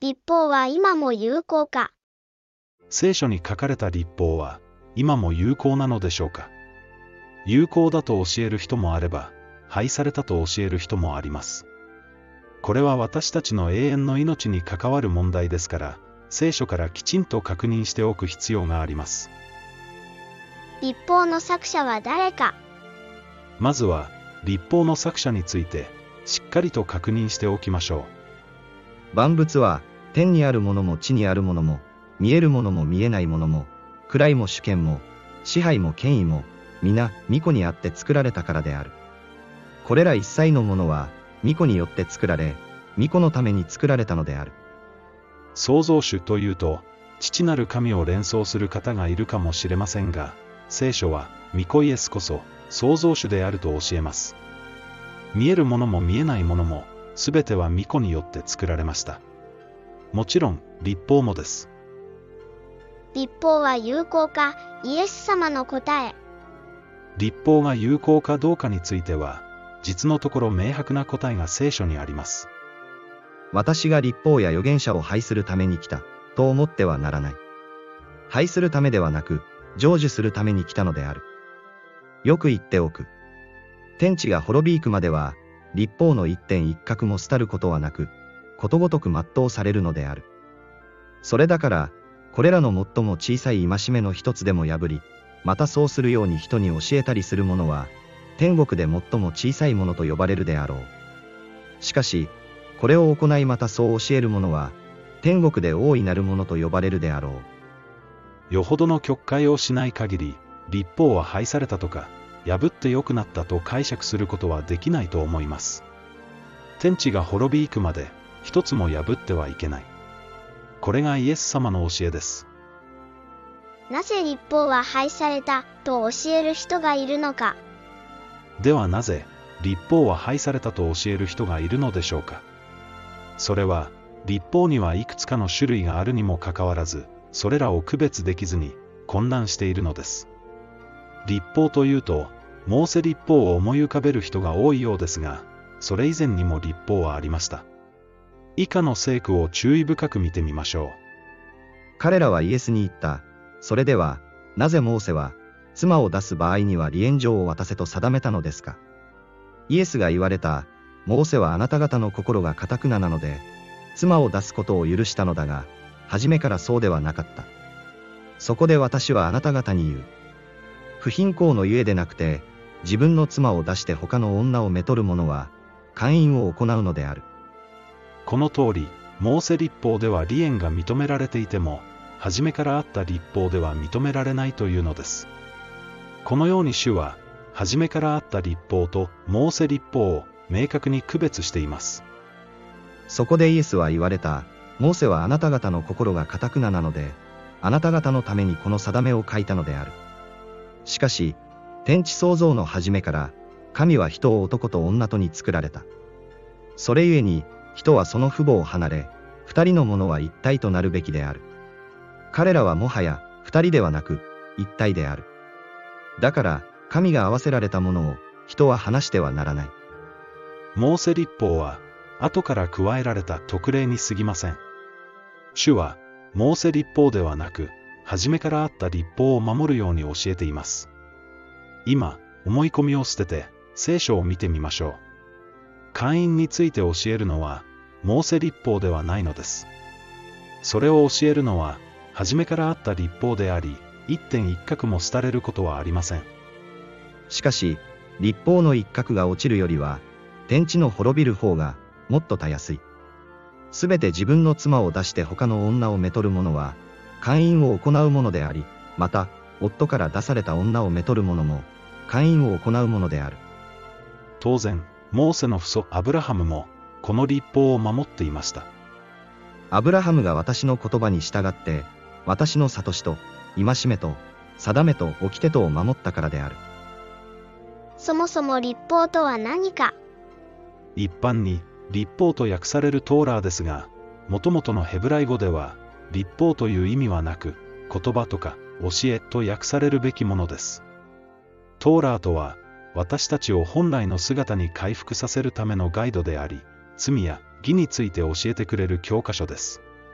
律法は今も有効か。 聖書に書かれた律法は今も有効なのでしょうか。有効だと教える人もあれば、廃されたと教える人もあります。これは私たちの永遠の命に関わる問題ですから、聖書からきちんと確認しておく必要があります。 律法の作者は誰か。 まずは、律法の作者について、しっかりと確認しておきましょう。万物は、天にあるものも地にあるものも、見えるものも見えないものも、位も主権も、支配も権威も、皆、御子にあって作られたからである。これら一切のものは、御子によって作られ、御子のために作られたのである。 創造主というと、父なる神を連想する方がいるかもしれませんが、聖書は、御子イエスこそ、創造主であると教えます。見えるものも見えないものも、すべては御子によって作られました。もちろん、律法もです。 律法は有効か、イエス様の答え。 律法が有効かどうかについては、実のところ明白な答えが聖書にあります。 私が律法や預言者を廃するために来た、と思ってはならない。廃するためではなく、成就するために来たのである。よく言っておく。天地が滅び行くまでは、律法の一点一画も廃ることはなく、ことごとく全うされるのである。それだから、これらの最も小さい戒めの一つでも破り、またそうするように人に教えたりする者は、天国で最も小さいものと呼ばれるであろう。しかし、これを行いまたそう教える者は、天国で大いなるものと呼ばれるであろう。よほどの曲解をしない限り、律法は廃されたとか、破って良くなったと解釈することはできないと思います。天地が滅び行くまで、一つも破ってはいけない。これがイエス様の教えです。 なぜ律法は廃されたと教える人がいるのか。 ではなぜ、律法は廃されたと教える人がいるのでしょうか。それは、律法にはいくつかの種類があるにもかかわらず、それらを区別できずに、混乱しているのです。律法というと、モーセ律法を思い浮かべる人が多いようですが、それ以前にも律法はありました。以下の聖句を注意深く見てみましょう。 彼らはイエスに言った。それでは、なぜモーセは、妻を出す場合には離縁状を渡せと定めたのですか。イエスが言われた。モーセはあなた方の心が堅くなので、妻を出すことを許したのだが、初めからそうではなかった。そこで私はあなた方に言う。不貧困のゆえでなくて、自分の妻を出して他の女をめとる者は、姦淫を行うのである。 この通り、モーセ律法では離縁が認められていても、初めからあった律法では認められないというのです。このように主は、初めからあった律法とモーセ律法を明確に区別しています。 そこでイエスは言われた。モーセはあなた方の心が堅くなので、あなた方のためにこの定めを書いたのである。しかし、天地創造の初めから、神は人を男と女とに作られた。それゆえに、人はその父母を離れ、二人の者は一体となるべきである。彼らはもはや、二人ではなく、一体である。だから、神が合わせられたものを、人は離してはならない。 モーセ律法は、後から加えられた特例に過ぎません。主は、モーセ律法ではなく、初めからあった律法を守るように教えています。今、思い込みを捨てて、聖書を見てみましょう。姦淫について教えるのは、モーセ律法ではないのです。それを教えるのは、初めからあった律法であり、一点一画も廃れることはありません。 しかし、律法の一画が落ちるよりは、天地の滅びる方が、もっとたやすい。すべて自分の妻を出して他の女をめとる者は、姦淫を行う者であり、また、夫から出された女をめとる者も、姦淫を行う者である。 当然、モーセの父祖アブラハムも、この律法を守っていました。 アブラハムが私の言葉に従って、私の諭しと、戒めと、定めと、掟とを守ったからである。 そもそも律法とは何か。 一般に、律法と訳されるトーラーですが、もともとのヘブライ語では、律法という意味はなく、言葉とか教えと訳されるべきものです。トーラーとは、私たちを本来の姿に回復させるためのガイドであり、罪や義について教えてくれる教科書です。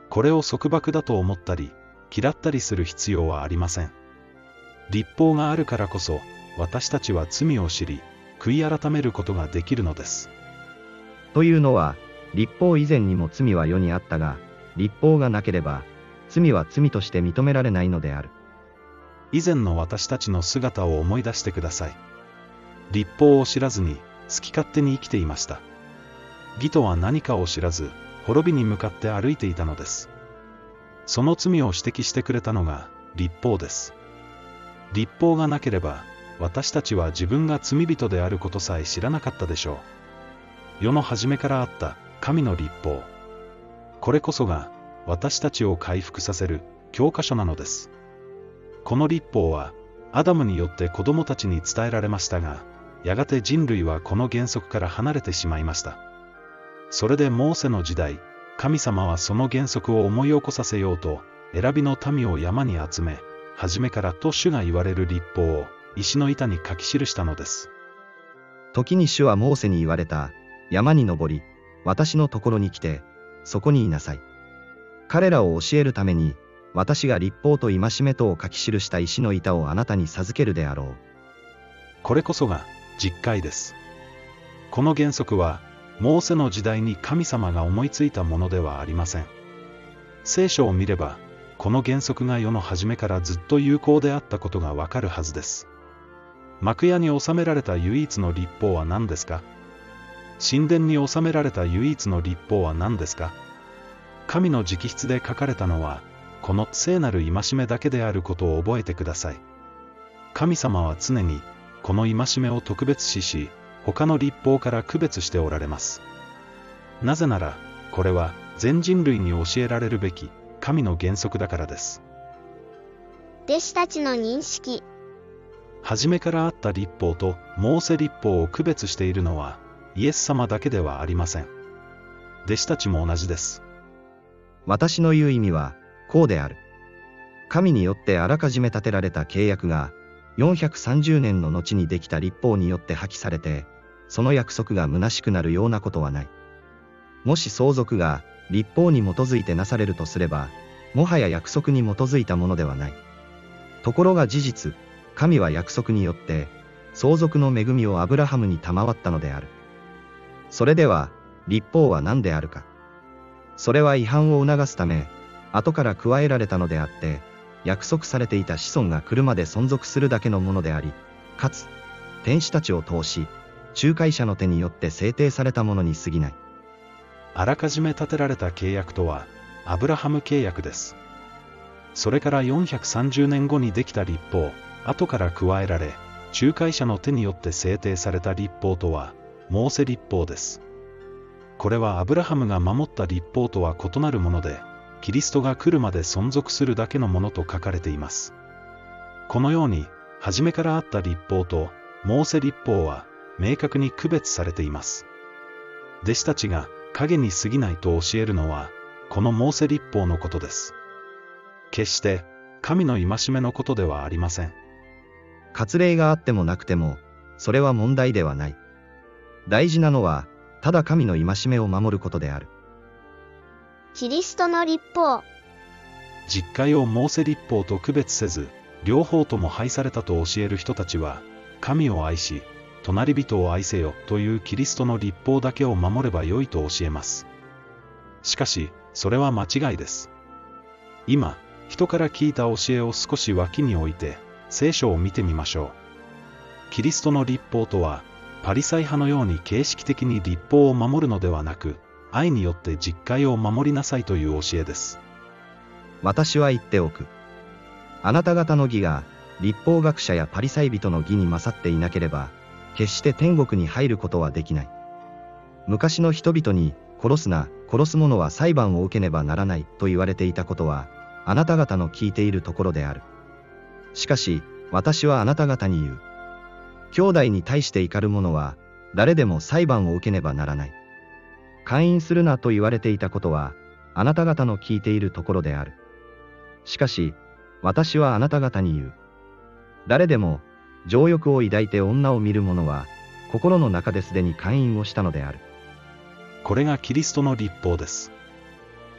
これを束縛だと思ったり、嫌ったりする必要はありません。律法があるからこそ、私たちは罪を知り、悔い改めることができるのです。 というのは、律法以前にも罪は世にあったが、律法がなければ、罪は罪として認められないのである。 以前の私たちの姿を思い出してください。律法を知らずに、好き勝手に生きていました。義とは何かを知らず、滅びに向かって歩いていたのです。その罪を指摘してくれたのが、律法です。律法がなければ、私たちは自分が罪人であることさえ知らなかったでしょう。世の初めからあった神の律法。これこそが私たちを回復させる教科書なのです。この律法はアダムによって子供たちに伝えられましたが、やがて人類はこの原則から離れてしまいました。それでモーセの時代、神様はその原則を思い起こさせようと、選びの民を山に集め、初めからと主が言われる律法を石の板に書き記したのです。 時に主はモーセに言われた。山に登り、私のところに来て、そこにいなさい。彼らを教えるために、私が律法と戒めとを書き記した石の板をあなたに授けるであろう。 これこそが実戒です。この原則は、モーセの時代に神様が思いついたものではありません。聖書を見れば、この原則が世の初めからずっと有効であったことがわかるはずです。幕屋に収められた唯一の律法は何ですか？神殿に収められた唯一の律法は何ですか？神の直筆で書かれたのは、この聖なる戒めだけであることを覚えてください。神様は常に、この戒めを特別視し、他の律法から区別しておられます。なぜなら、これは全人類に教えられるべき神の原則だからです。 弟子たちの認識。 初めからあった律法とモーセ律法を区別しているのは、イエス様だけではありません。弟子たちも同じです。 私の言う意味は、こうである。神によってあらかじめ立てられた契約が、430年の後にできた律法によって破棄されて、その約束が虚しくなるようなことはない。もし相続が律法に基づいてなされるとすれば、もはや約束に基づいたものではない。ところが事実、神は約束によって、相続の恵みをアブラハムに賜ったのである。それでは、律法は何であるか。それは違反を促すため、後から加えられたのであって、約束されていた子孫が来るまで存続するだけのものであり、かつ、天使たちを通し、仲介者の手によって制定されたものに過ぎない。 あらかじめ立てられた契約とは、アブラハム契約です。それから430年後にできた律法、後から加えられ、仲介者の手によって制定された律法とは、モーセ律法です。これはアブラハムが守った律法とは異なるもので、キリストが来るまで存続するだけのものと書かれています。このように、初めからあった律法とモーセ律法は明確に区別されています。弟子たちが影に過ぎないと教えるのは、このモーセ律法のことです。決して神の戒めのことではありません。 割礼があってもなくても、それは問題ではない。大事なのは、ただ神の戒めを守ることである。 キリストの律法。 実戒をモーセ律法と区別せず、両方とも廃されたと教える人たちは、神を愛し、隣人を愛せよというキリストの律法だけを守ればよいと教えます。しかし、それは間違いです。今、人から聞いた教えを少し脇に置いて、聖書を見てみましょう。キリストの律法とは、パリサイ派のように形式的に律法を守るのではなく、愛によって実戒を守りなさいという教えです。 私は言っておく。あなた方の義が、律法学者やパリサイ人の義に勝っていなければ、決して天国に入ることはできない。昔の人々に、殺すな、殺す者は裁判を受けねばならないと言われていたことは、あなた方の聞いているところである。しかし、私はあなた方に言う。兄弟に対して怒る者は、誰でも裁判を受けねばならない。姦淫するなと言われていたことは、あなた方の聞いているところである。しかし、私はあなた方に言う。誰でも、情欲を抱いて女を見る者は、心の中ですでに姦淫をしたのである。 これがキリストの律法です。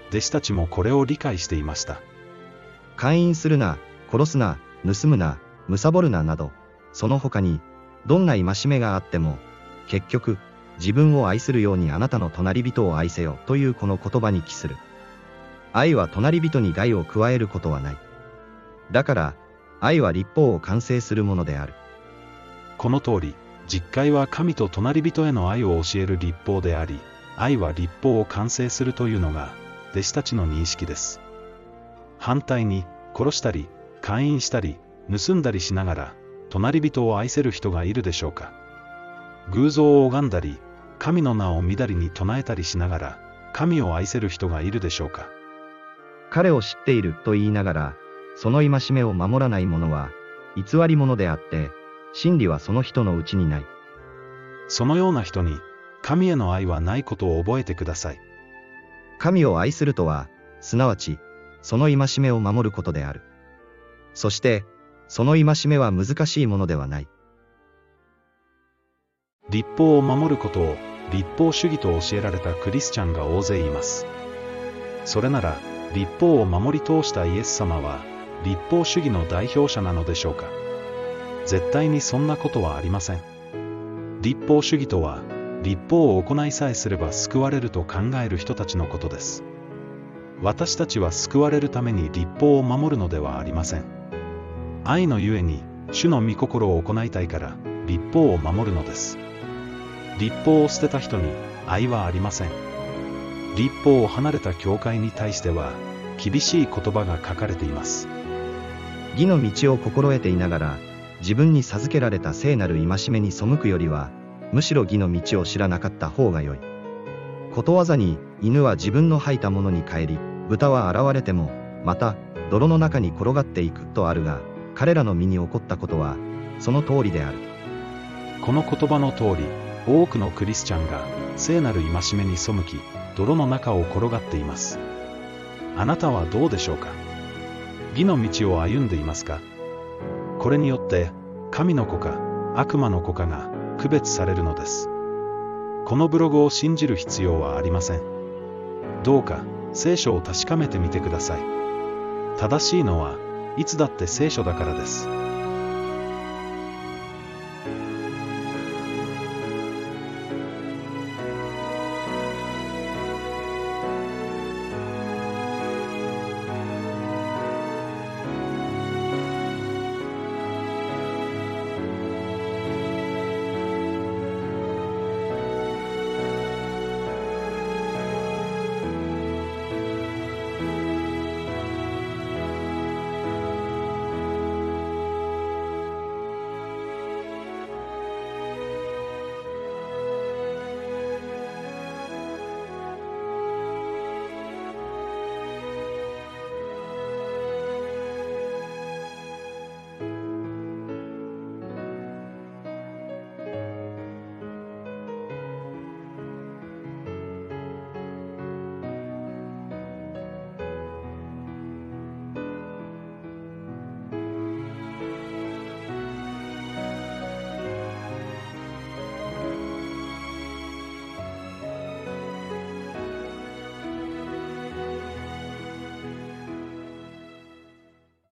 弟子たちもこれを理解していました。 姦淫するな、殺すな、盗むな、貪るななど、その他に、どんな戒めがあっても、結局、自分を愛するようにあなたの隣人を愛せよというこの言葉に帰する。愛は隣人に害を加えることはない。だから、愛は律法を完成するものである。 この通り、実戒は神と隣人への愛を教える律法であり、愛は律法を完成するというのが、弟子たちの認識です。反対に、殺したり、姦淫したり、盗んだりしながら、隣人を愛せる人がいるでしょうか。偶像を拝んだり、神の名をみだりに唱えたりしながら、神を愛せる人がいるでしょうか。 彼を知っていると言いながら、その戒めを守らない者は、偽り者であって、真理はその人のうちにない。 そのような人に、神への愛はないことを覚えてください。 神を愛するとは、すなわち、その戒めを守ることである。そして、その戒めは難しいものではない。 律法を守ることを律法主義と教えられたクリスチャンが大勢います。それなら、律法を守り通したイエス様は、律法主義の代表者なのでしょうか。絶対にそんなことはありません。律法主義とは、律法を行いさえすれば救われると考える人たちのことです。私たちは救われるために律法を守るのではありません。愛のゆえに、主の御心を行いたいから、律法を守るのです。律法を捨てた人に愛はありません。律法を離れた教会に対しては、厳しい言葉が書かれています。 義の道を心得ていながら、自分に授けられた聖なる戒めに背くよりは、むしろ義の道を知らなかった方がよい。ことわざに、犬は自分の吐いたものに帰り、豚は現れても、また、泥の中に転がっていくとあるが、彼らの身に起こったことは、その通りである。 この言葉の通り、多くのクリスチャンが、聖なる戒めに背き、泥の中を転がっています。あなたはどうでしょうか。義の道を歩んでいますか。これによって、神の子か、悪魔の子かが、区別されるのです。このブログを信じる必要はありません。どうか、聖書を確かめてみてください。正しいのは、いつだって聖書だからです。